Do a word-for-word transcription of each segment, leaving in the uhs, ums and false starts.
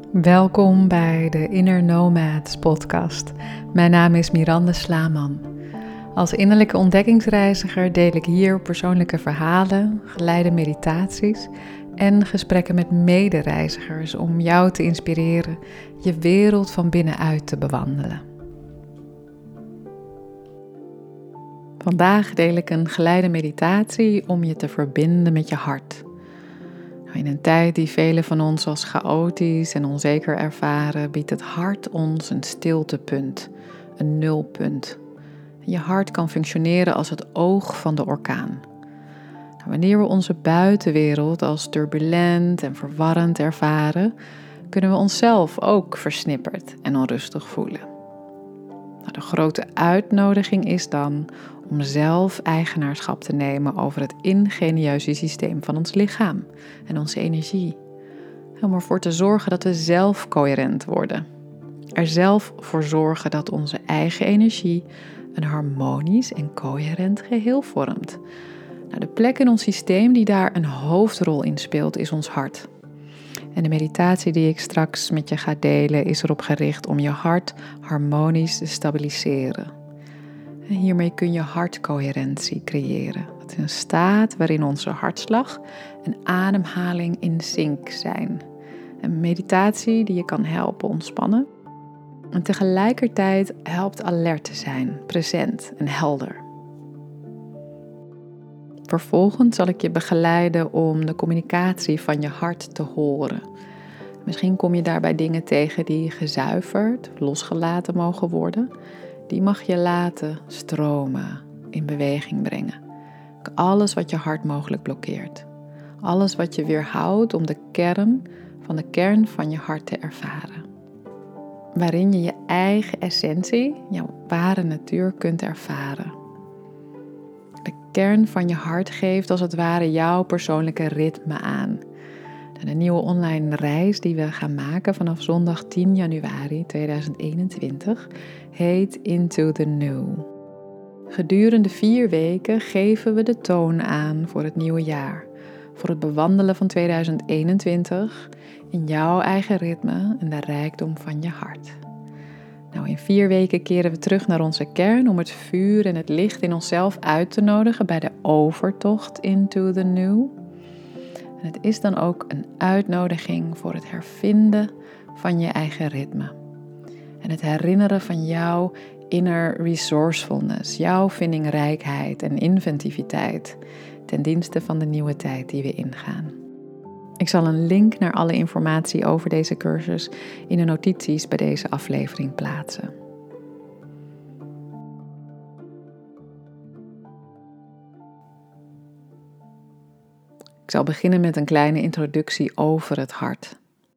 Welkom bij de Inner Nomads podcast. Mijn naam is Miranda Slaman. Als innerlijke ontdekkingsreiziger deel ik hier persoonlijke verhalen, geleide meditaties en gesprekken met medereizigers om jou te inspireren je wereld van binnenuit te bewandelen. Vandaag deel ik een geleide meditatie om je te verbinden met je hart. In een tijd die velen van ons als chaotisch en onzeker ervaren, biedt het hart ons een stiltepunt, een nulpunt. Je hart kan functioneren als het oog van de orkaan. Wanneer we onze buitenwereld als turbulent en verwarrend ervaren, kunnen we onszelf ook versnipperd en onrustig voelen. De grote uitnodiging is dan om zelf eigenaarschap te nemen over het ingenieuze systeem van ons lichaam en onze energie. Om ervoor te zorgen dat we zelf coherent worden. Er zelf voor zorgen dat onze eigen energie een harmonisch en coherent geheel vormt. Nou, de plek in ons systeem die daar een hoofdrol in speelt is ons hart. En de meditatie die ik straks met je ga delen is erop gericht om je hart harmonisch te stabiliseren. En hiermee kun je hartcoherentie creëren. Dat is een staat waarin onze hartslag en ademhaling in sync zijn. Een meditatie die je kan helpen ontspannen. En tegelijkertijd helpt alert te zijn, present en helder. Vervolgens zal ik je begeleiden om de communicatie van je hart te horen. Misschien kom je daarbij dingen tegen die gezuiverd, losgelaten mogen worden. Die mag je laten stromen, in beweging brengen. Alles wat je hart mogelijk blokkeert. Alles wat je weerhoudt om de kern van de kern van je hart te ervaren. Waarin je je eigen essentie, jouw ware natuur kunt ervaren. De kern van je hart geeft als het ware jouw persoonlijke ritme aan. De nieuwe online reis die we gaan maken vanaf zondag tien januari tweeduizend eenentwintig heet Into the New. Gedurende vier weken geven we de toon aan voor het nieuwe jaar. Voor het bewandelen van tweeduizend eenentwintig in jouw eigen ritme en de rijkdom van je hart. Nou, in vier weken keren we terug naar onze kern om het vuur en het licht in onszelf uit te nodigen bij de overtocht into the new. En het is dan ook een uitnodiging voor het hervinden van je eigen ritme. En het herinneren van jouw inner resourcefulness, jouw vindingrijkheid en inventiviteit ten dienste van de nieuwe tijd die we ingaan. Ik zal een link naar alle informatie over deze cursus in de notities bij deze aflevering plaatsen. Ik zal beginnen met een kleine introductie over het hart.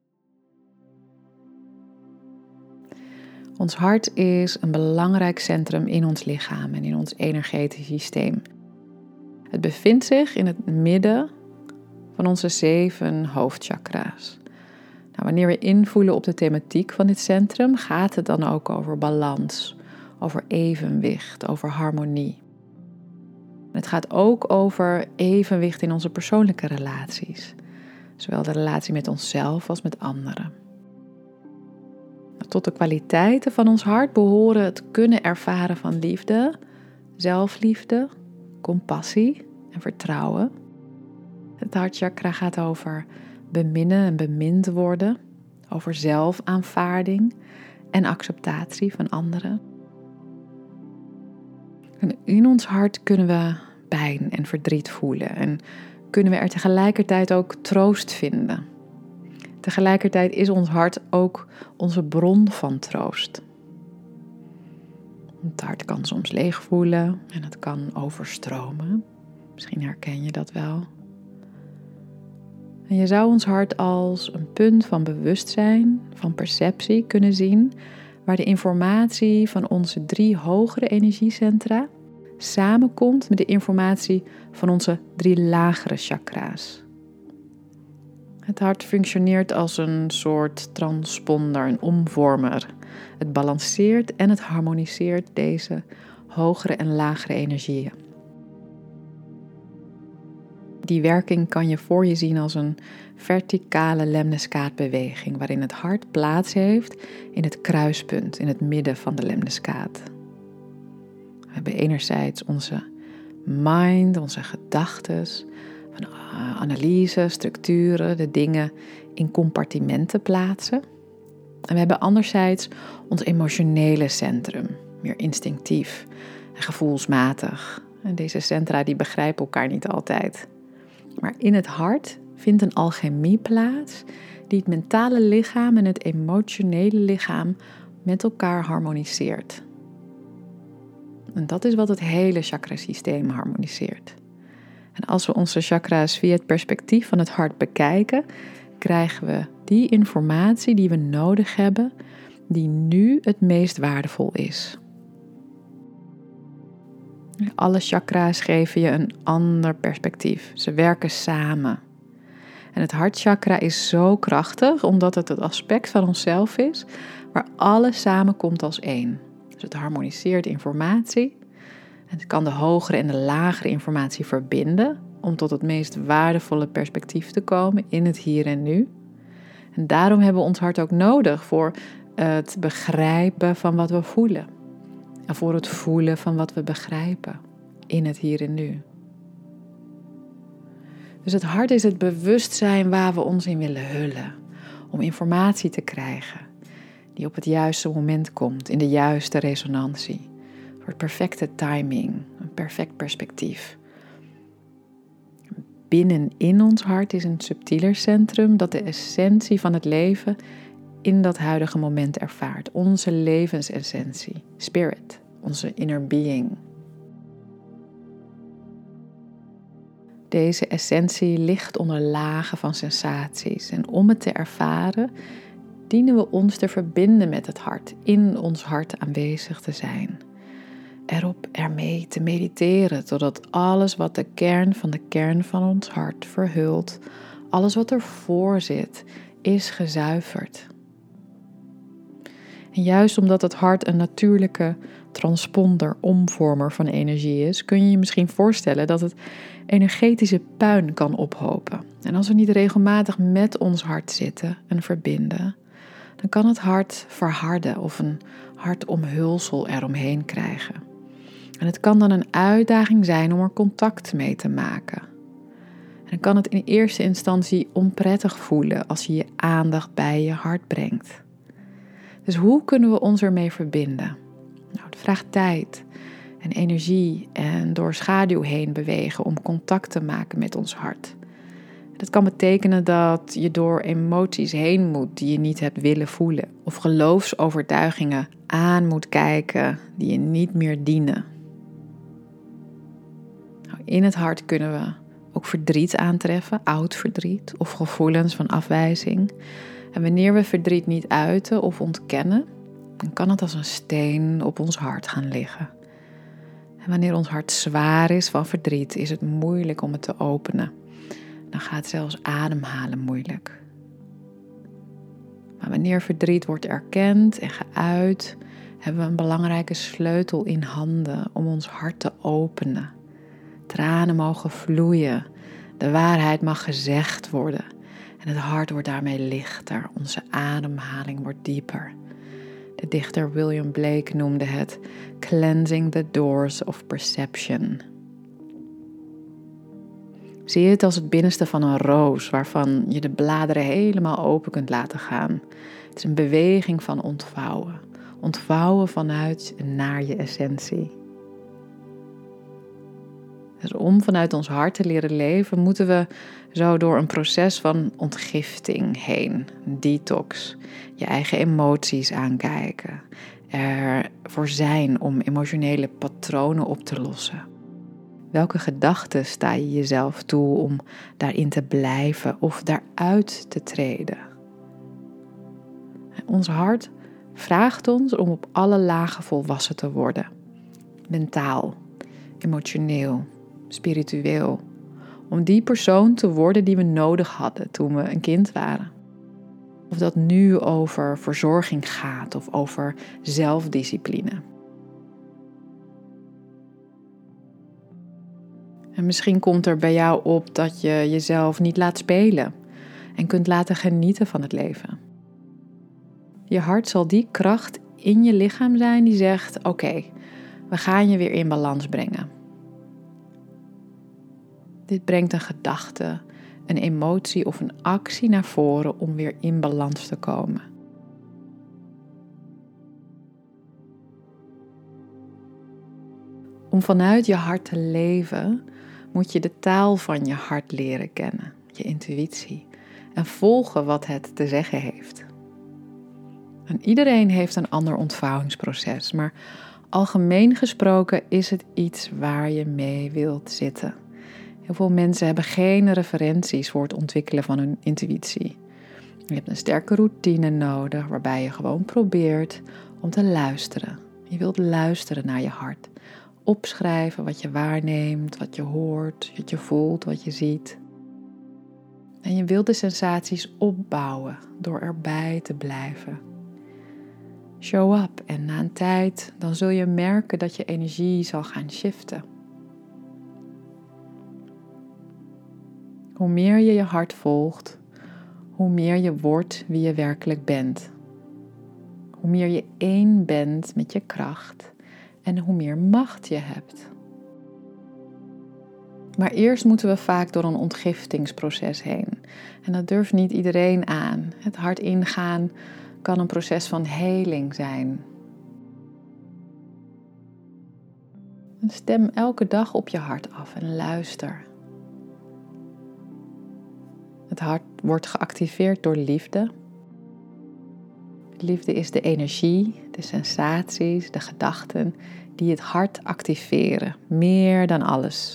Ons hart is een belangrijk centrum in ons lichaam en in ons energetisch systeem. Het bevindt zich in het midden van onze zeven hoofdchakra's. Nou, wanneer we invoelen op de thematiek van dit centrum, gaat het dan ook over balans, over evenwicht, over harmonie. Het gaat ook over evenwicht in onze persoonlijke relaties, zowel de relatie met onszelf als met anderen. Tot de kwaliteiten van ons hart behoren het kunnen ervaren van liefde, zelfliefde, compassie en vertrouwen. Het hartchakra gaat over beminnen en bemind worden, over zelfaanvaarding en acceptatie van anderen. En in ons hart kunnen we pijn en verdriet voelen en kunnen we er tegelijkertijd ook troost vinden. Tegelijkertijd is ons hart ook onze bron van troost. Het hart kan soms leeg voelen en het kan overstromen. Misschien herken je dat wel. En je zou ons hart als een punt van bewustzijn, van perceptie kunnen zien, waar de informatie van onze drie hogere energiecentra samenkomt met de informatie van onze drie lagere chakra's. Het hart functioneert als een soort transponder, een omvormer. Het balanceert en het harmoniseert deze hogere en lagere energieën. die werking kan je voor je zien als een verticale lemniscaatbeweging, waarin het hart plaats heeft in het kruispunt, in het midden van de lemniscaat. We hebben enerzijds onze mind, onze gedachtes, van analyse, structuren, de dingen in compartimenten plaatsen. En we hebben anderzijds ons emotionele centrum, meer instinctief en gevoelsmatig. En deze centra die begrijpen elkaar niet altijd. Maar in het hart vindt een alchemie plaats die het mentale lichaam en het emotionele lichaam met elkaar harmoniseert. En dat is wat het hele chakrasysteem harmoniseert. En als we onze chakra's via het perspectief van het hart bekijken, krijgen we die informatie die we nodig hebben, die nu het meest waardevol is. Alle chakra's geven je een ander perspectief. Ze werken samen. En het hartchakra is zo krachtig, omdat het het aspect van onszelf is, waar alles samenkomt als één. Dus het harmoniseert informatie. En het kan de hogere en de lagere informatie verbinden, om tot het meest waardevolle perspectief te komen in het hier en nu. En daarom hebben we ons hart ook nodig voor het begrijpen van wat we voelen. En voor het voelen van wat we begrijpen in het hier en nu. Dus het hart is het bewustzijn waar we ons in willen hullen. Om informatie te krijgen die op het juiste moment komt, in de juiste resonantie. Voor het perfecte timing, een perfect perspectief. Binnenin ons hart is een subtieler centrum dat de essentie van het leven in dat huidige moment ervaart. Onze levensessentie, spirit, onze inner being. Deze essentie ligt onder lagen van sensaties. En om het te ervaren, dienen we ons te verbinden met het hart, in ons hart aanwezig te zijn. Erop, ermee te mediteren, totdat alles wat de kern van de kern van ons hart verhult, alles wat ervoor zit, is gezuiverd. En juist omdat het hart een natuurlijke transponder, omvormer van energie is, kun je je misschien voorstellen dat het energetische puin kan ophopen. En als we niet regelmatig met ons hart zitten en verbinden, dan kan het hart verharden of een hartomhulsel eromheen krijgen. En het kan dan een uitdaging zijn om er contact mee te maken. En dan kan het in eerste instantie onprettig voelen als je je aandacht bij je hart brengt. Dus hoe kunnen we ons ermee verbinden? Nou, het vraagt tijd en energie en door schaduw heen bewegen om contact te maken met ons hart. Dat kan betekenen dat je door emoties heen moet die je niet hebt willen voelen. Of geloofsovertuigingen aan moet kijken die je niet meer dienen. Nou, in het hart kunnen we ook verdriet aantreffen, oud verdriet of gevoelens van afwijzing. En wanneer we verdriet niet uiten of ontkennen, dan kan het als een steen op ons hart gaan liggen. En wanneer ons hart zwaar is van verdriet, is het moeilijk om het te openen. Dan gaat zelfs ademhalen moeilijk. Maar wanneer verdriet wordt erkend en geuit, hebben we een belangrijke sleutel in handen om ons hart te openen. Tranen mogen vloeien, de waarheid mag gezegd worden en het hart wordt daarmee lichter, onze ademhaling wordt dieper. De dichter William Blake noemde het cleansing the doors of perception. Zie het als het binnenste van een roos, waarvan je de bladeren helemaal open kunt laten gaan. Het is een beweging van ontvouwen. Ontvouwen vanuit en naar je essentie. Dus om vanuit ons hart te leren leven, moeten we zo door een proces van ontgifting heen. Een detox. Je eigen emoties aankijken. Ervoor zijn om emotionele patronen op te lossen. Welke gedachten sta je jezelf toe om daarin te blijven of daaruit te treden? Ons hart vraagt ons om op alle lagen volwassen te worden. Mentaal, emotioneel, spiritueel. Om die persoon te worden die we nodig hadden toen we een kind waren. Of dat nu over verzorging gaat of over zelfdiscipline. En misschien komt er bij jou op dat je jezelf niet laat spelen en kunt laten genieten van het leven. Je hart zal die kracht in je lichaam zijn die zegt: oké, okay, we gaan je weer in balans brengen. Dit brengt een gedachte, een emotie of een actie naar voren om weer in balans te komen. Om vanuit je hart te leven, moet je de taal van je hart leren kennen, je intuïtie, en volgen wat het te zeggen heeft. En iedereen heeft een ander ontvouwingsproces, maar algemeen gesproken is het iets waar je mee wilt zitten. Heel veel mensen hebben geen referenties voor het ontwikkelen van hun intuïtie. Je hebt een sterke routine nodig waarbij je gewoon probeert om te luisteren. Je wilt luisteren naar je hart. Opschrijven wat je waarneemt, wat je hoort, wat je voelt, wat je ziet. En je wilt de sensaties opbouwen door erbij te blijven. Show up en na een tijd dan zul je merken dat je energie zal gaan shiften. Hoe meer je je hart volgt, hoe meer je wordt wie je werkelijk bent. Hoe meer je één bent met je kracht en hoe meer macht je hebt. Maar eerst moeten we vaak door een ontgiftingsproces heen. En dat durft niet iedereen aan. Het hart ingaan kan een proces van heling zijn. En stem elke dag op je hart af en luister. Het hart wordt geactiveerd door liefde. Liefde is de energie, de sensaties, de gedachten die het hart activeren, meer dan alles.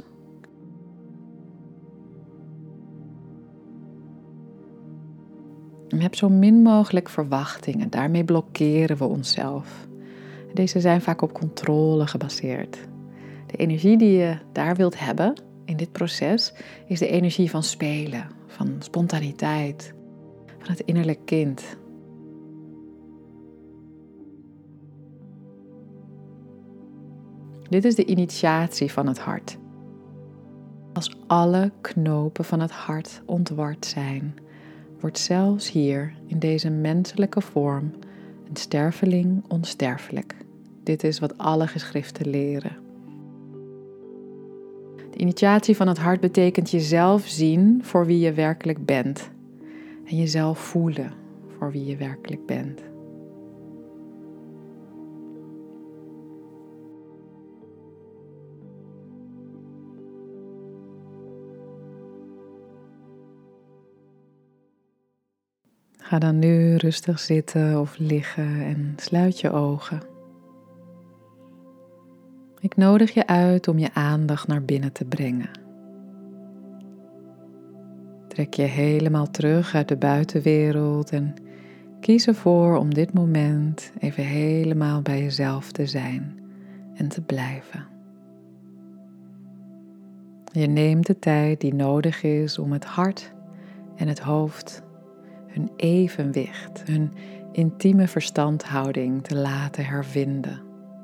En heb zo min mogelijk verwachtingen, daarmee blokkeren we onszelf. Deze zijn vaak op controle gebaseerd. De energie die je daar wilt hebben in dit proces is de energie van spelen, van spontaniteit, van het innerlijk kind. Dit is de initiatie van het hart. Als alle knopen van het hart ontward zijn, wordt zelfs hier in deze menselijke vorm een sterveling onsterfelijk. Dit is wat alle geschriften leren. De initiatie van het hart betekent jezelf zien voor wie je werkelijk bent. En jezelf voelen voor wie je werkelijk bent. Ga dan nu rustig zitten of liggen en sluit je ogen. Ik nodig je uit om je aandacht naar binnen te brengen. Trek je helemaal terug uit de buitenwereld en kies ervoor om dit moment even helemaal bij jezelf te zijn en te blijven. Je neemt de tijd die nodig is om het hart en het hoofd hun evenwicht, hun intieme verstandhouding te laten hervinden.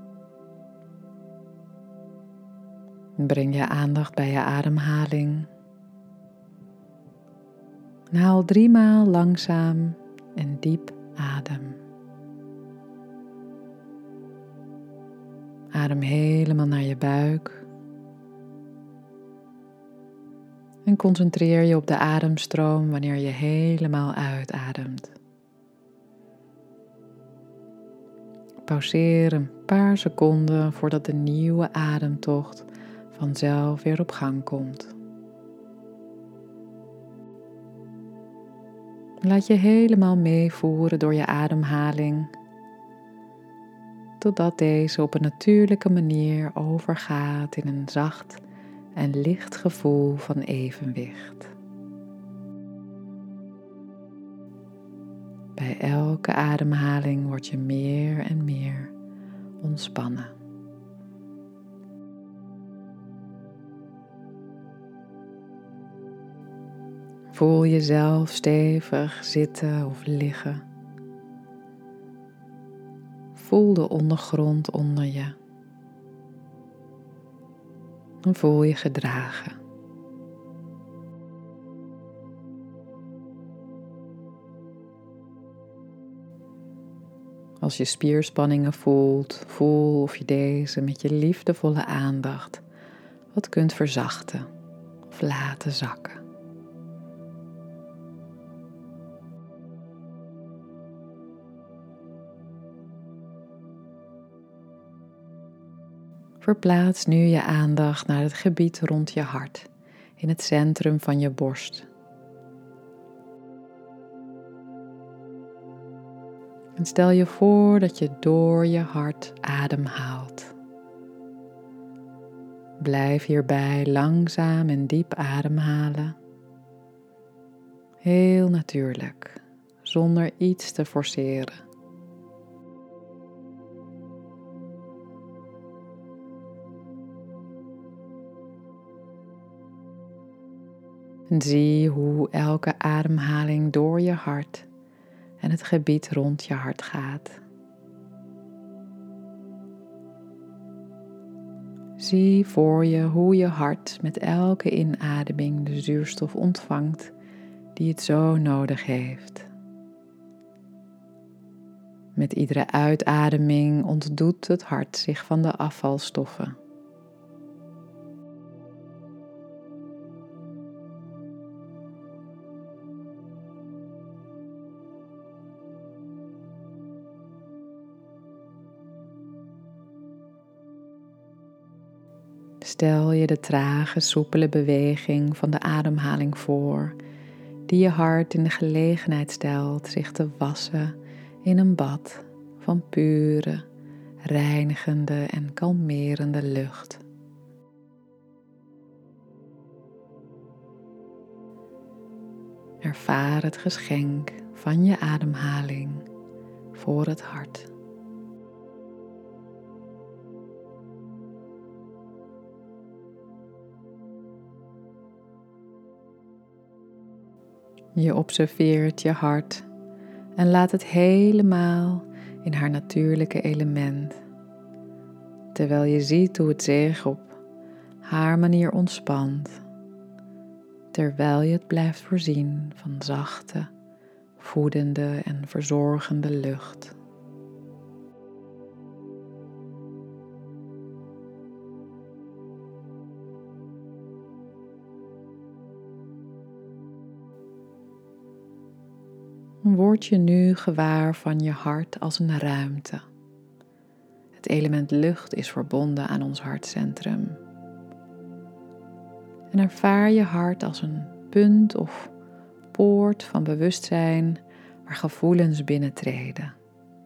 Breng je aandacht bij je ademhaling. En haal driemaal langzaam en diep adem. Adem helemaal naar je buik. En concentreer je op de ademstroom wanneer je helemaal uitademt. Pauzeer een paar seconden voordat de nieuwe ademtocht vanzelf weer op gang komt. Laat je helemaal meevoeren door je ademhaling, totdat deze op een natuurlijke manier overgaat in een zacht en licht gevoel van evenwicht. Bij elke ademhaling word je meer en meer ontspannen. Voel jezelf stevig zitten of liggen. Voel de ondergrond onder je. En voel je gedragen. Als je spierspanningen voelt, voel of je deze met je liefdevolle aandacht wat kunt verzachten of laten zakken. Verplaats nu je aandacht naar het gebied rond je hart, in het centrum van je borst. En stel je voor dat je door je hart ademhaalt. Blijf hierbij langzaam en diep ademhalen. Heel natuurlijk, zonder iets te forceren. En zie hoe elke ademhaling door je hart en het gebied rond je hart gaat. Zie voor je hoe je hart met elke inademing de zuurstof ontvangt die het zo nodig heeft. Met iedere uitademing ontdoet het hart zich van de afvalstoffen. Stel je de trage, soepele beweging van de ademhaling voor, die je hart in de gelegenheid stelt zich te wassen in een bad van pure, reinigende en kalmerende lucht. Ervaar het geschenk van je ademhaling voor het hart. Je observeert je hart en laat het helemaal in haar natuurlijke element, terwijl je ziet hoe het zich op haar manier ontspant, terwijl je het blijft voorzien van zachte, voedende en verzorgende lucht. Word je nu gewaar van je hart als een ruimte. Het element lucht is verbonden aan ons hartcentrum. En ervaar je hart als een punt of poort van bewustzijn waar gevoelens binnentreden.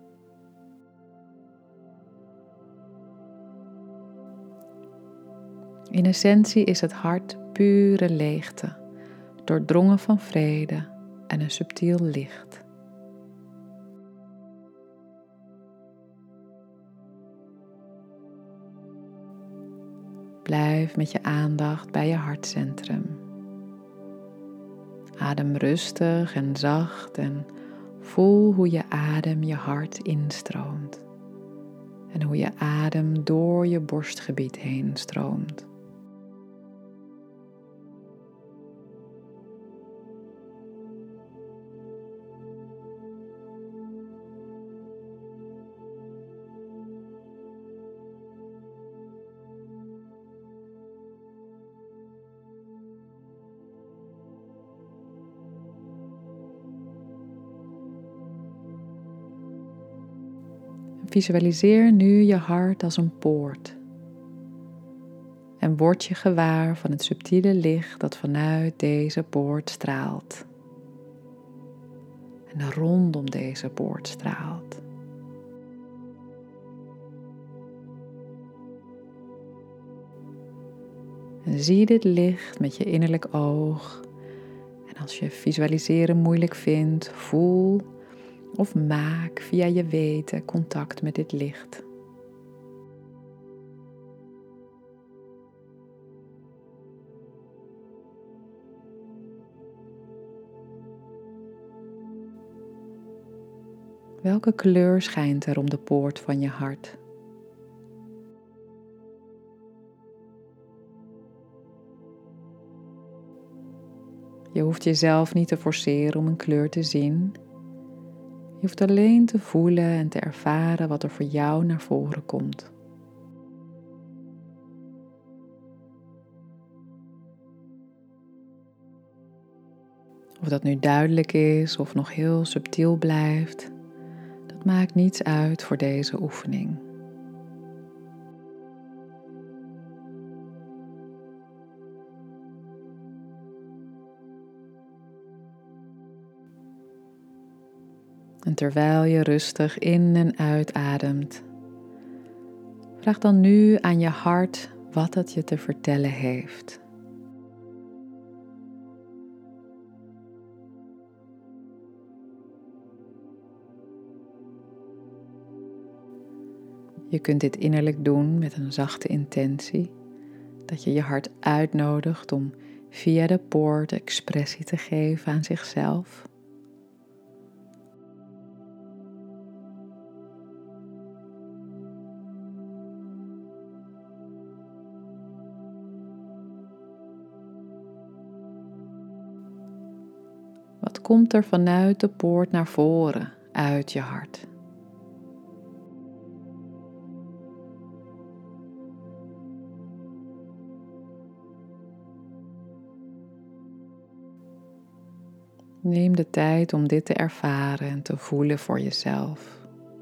In essentie is het hart pure leegte, doordrongen van vrede en een subtiel licht. Blijf met je aandacht bij je hartcentrum. Adem rustig en zacht en voel hoe je adem je hart instroomt en hoe je adem door je borstgebied heen stroomt. Visualiseer nu je hart als een poort en word je gewaar van het subtiele licht dat vanuit deze poort straalt en rondom deze poort straalt. En zie dit licht met je innerlijk oog en als je visualiseren moeilijk vindt, voel of maak via je weten contact met dit licht. Welke kleur schijnt er om de poort van je hart? Je hoeft jezelf niet te forceren om een kleur te zien. Je hoeft alleen te voelen en te ervaren wat er voor jou naar voren komt. Of dat nu duidelijk is of nog heel subtiel blijft, dat maakt niets uit voor deze oefening. En terwijl je rustig in en uitademt, vraag dan nu aan je hart wat het je te vertellen heeft. Je kunt dit innerlijk doen met een zachte intentie, dat je je hart uitnodigt om via de poort expressie te geven aan zichzelf. Wat komt er vanuit de poort naar voren, uit je hart? Neem de tijd om dit te ervaren en te voelen voor jezelf.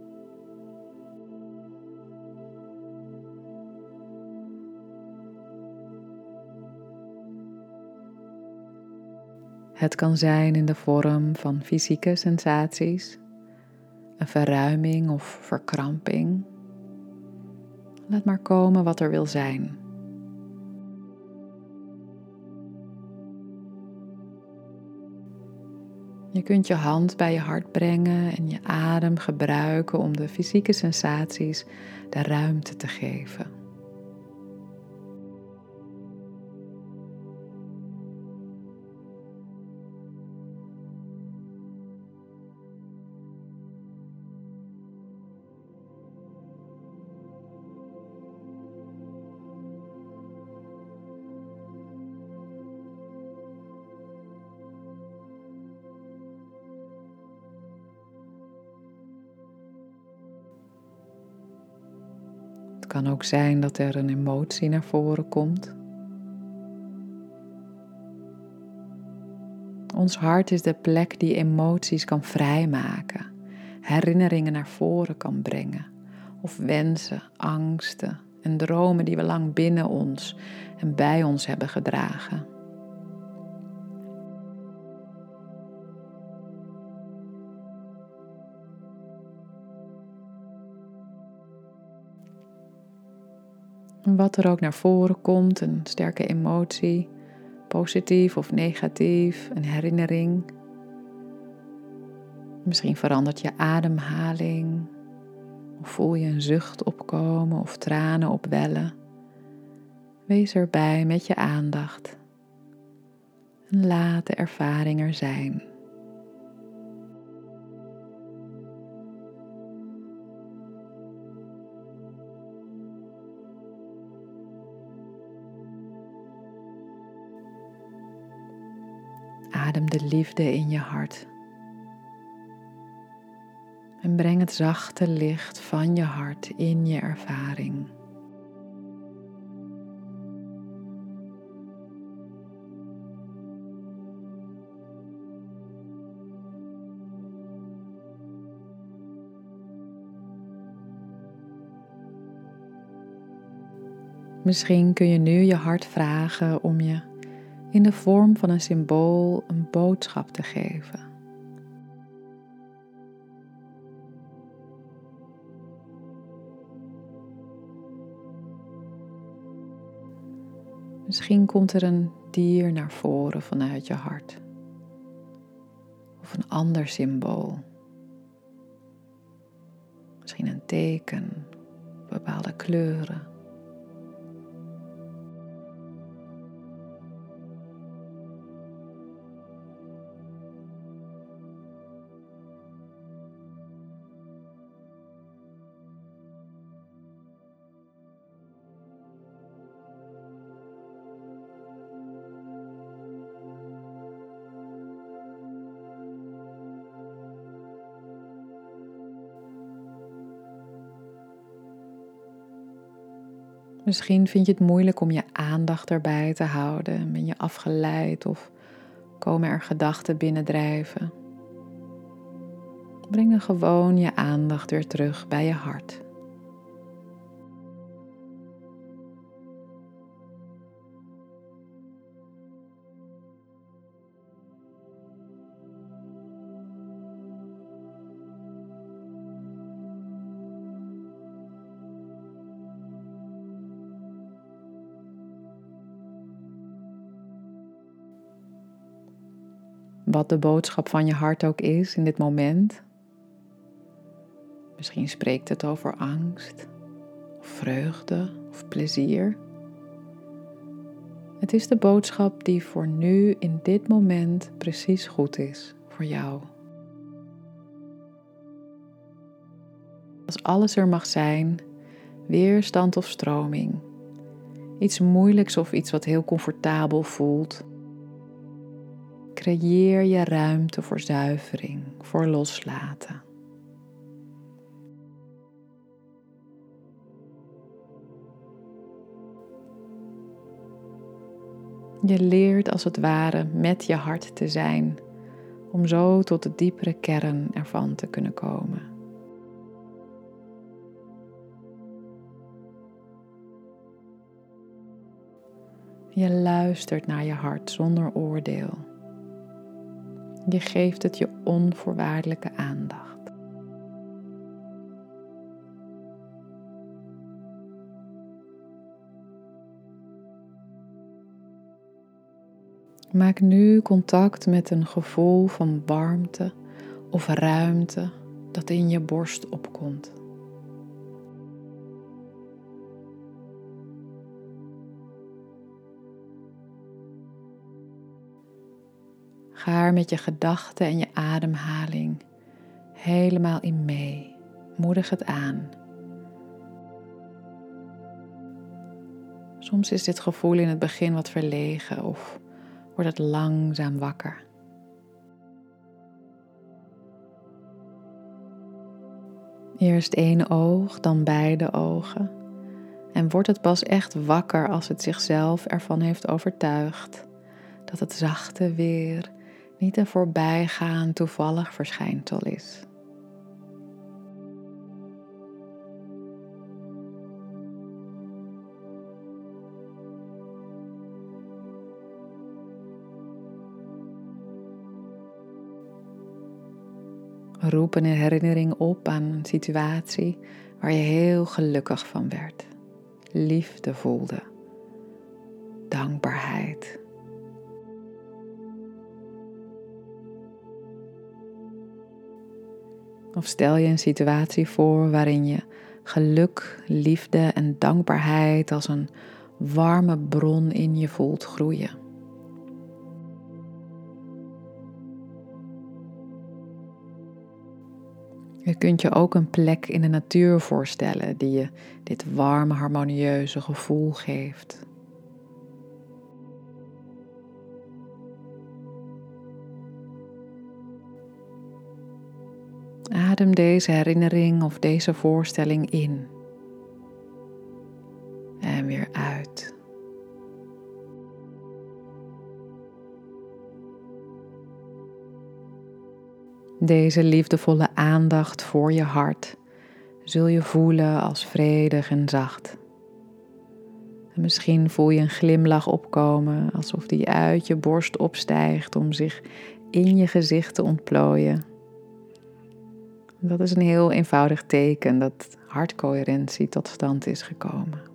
Het kan zijn in de vorm van fysieke sensaties, een verruiming of verkramping. Laat maar komen wat er wil zijn. Je kunt je hand bij je hart brengen en je adem gebruiken om de fysieke sensaties de ruimte te geven. Het kan ook zijn dat er een emotie naar voren komt. Ons hart is de plek die emoties kan vrijmaken, herinneringen naar voren kan brengen, of wensen, angsten en dromen die we lang binnen ons en bij ons hebben gedragen. Wat er ook naar voren komt, een sterke emotie, positief of negatief, een herinnering. Misschien verandert je ademhaling, of voel je een zucht opkomen of tranen opwellen. Wees erbij met je aandacht en laat de ervaring er zijn. Adem de liefde in je hart. En breng het zachte licht van je hart in je ervaring. Misschien kun je nu je hart vragen om je in de vorm van een symbool een boodschap te geven. Misschien komt er een dier naar voren vanuit je hart. Of een ander symbool. Misschien een teken, bepaalde kleuren. Misschien vind je het moeilijk om je aandacht erbij te houden. Ben je afgeleid of komen er gedachten binnendrijven? Breng dan gewoon je aandacht weer terug bij je hart. Wat de boodschap van je hart ook is in dit moment. Misschien spreekt het over angst, of vreugde of plezier. Het is de boodschap die voor nu in dit moment precies goed is voor jou. Als alles er mag zijn, weerstand of stroming, iets moeilijks of iets wat heel comfortabel voelt, creëer je ruimte voor zuivering, voor loslaten. Je leert als het ware met je hart te zijn, om zo tot de diepere kern ervan te kunnen komen. Je luistert naar je hart zonder oordeel. Je geeft het je onvoorwaardelijke aandacht. Maak nu contact met een gevoel van warmte of ruimte dat in je borst opkomt. Ga er met je gedachten en je ademhaling helemaal in mee. Moedig het aan. Soms is dit gevoel in het begin wat verlegen of wordt het langzaam wakker. Eerst één oog, dan beide ogen. En wordt het pas echt wakker als het zichzelf ervan heeft overtuigd dat het zachte weer niet een voorbijgaand toevallig verschijnsel is. Roep een herinnering op aan een situatie waar je heel gelukkig van werd. Liefde voelde. Dankbaarheid. Of stel je een situatie voor waarin je geluk, liefde en dankbaarheid als een warme bron in je voelt groeien. Je kunt je ook een plek in de natuur voorstellen die je dit warme, harmonieuze gevoel geeft. Adem deze herinnering of deze voorstelling in en weer uit. Deze liefdevolle aandacht voor je hart zul je voelen als vredig en zacht. En misschien voel je een glimlach opkomen, alsof die uit je borst opstijgt om zich in je gezicht te ontplooien. Dat is een heel eenvoudig teken dat hartcoherentie tot stand is gekomen.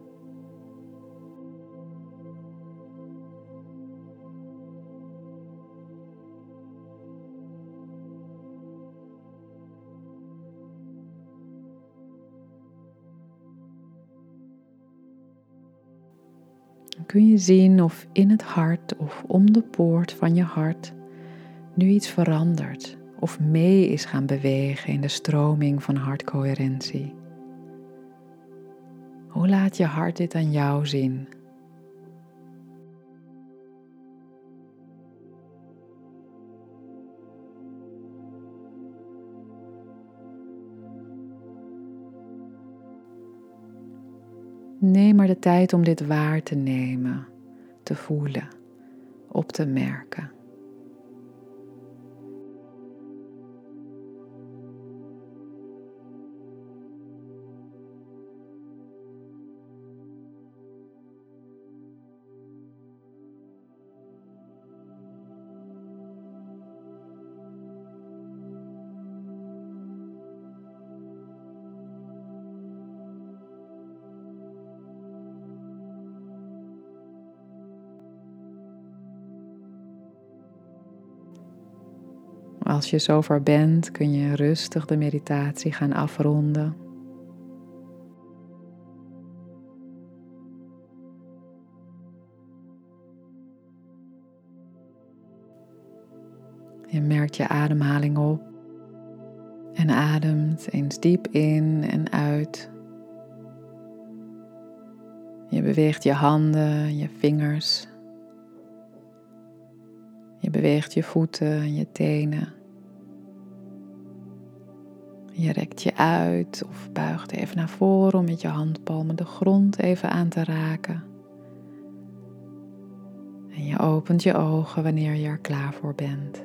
Kun je zien of in het hart of om de poort van je hart nu iets verandert of mee is gaan bewegen in de stroming van hartcoherentie? Hoe laat je hart dit aan jou zien? Neem maar de tijd om dit waar te nemen, te voelen, op te merken. Als je zover bent, kun je rustig de meditatie gaan afronden. Je merkt je ademhaling op en ademt eens diep in en uit. Je beweegt je handen, je vingers. Je beweegt je voeten en je tenen. Je rekt je uit of buigt even naar voren om met je handpalmen de grond even aan te raken. En je opent je ogen wanneer je er klaar voor bent.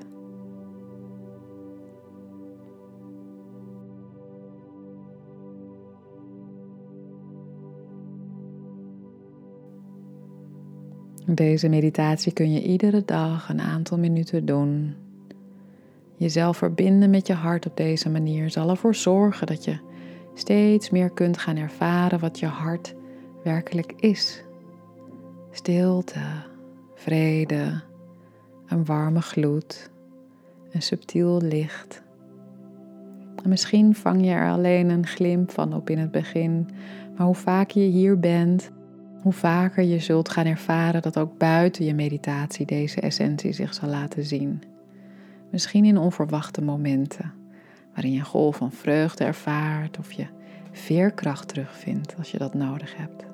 Deze meditatie kun je iedere dag een aantal minuten doen. Jezelf verbinden met je hart op deze manier zal ervoor zorgen dat je steeds meer kunt gaan ervaren wat je hart werkelijk is. Stilte, vrede, een warme gloed, een subtiel licht. En misschien vang je er alleen een glimp van op in het begin, maar hoe vaker je hier bent, hoe vaker je zult gaan ervaren dat ook buiten je meditatie deze essentie zich zal laten zien. Misschien in onverwachte momenten, waarin je een golf van vreugde ervaart of je veerkracht terugvindt als je dat nodig hebt.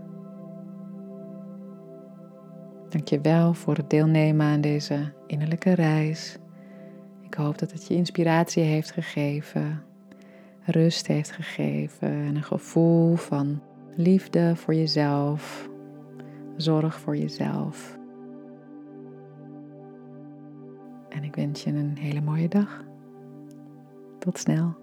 Dank je wel voor het deelnemen aan deze innerlijke reis. Ik hoop dat het je inspiratie heeft gegeven, rust heeft gegeven en een gevoel van liefde voor jezelf, zorg voor jezelf. En ik wens je een hele mooie dag. Tot snel.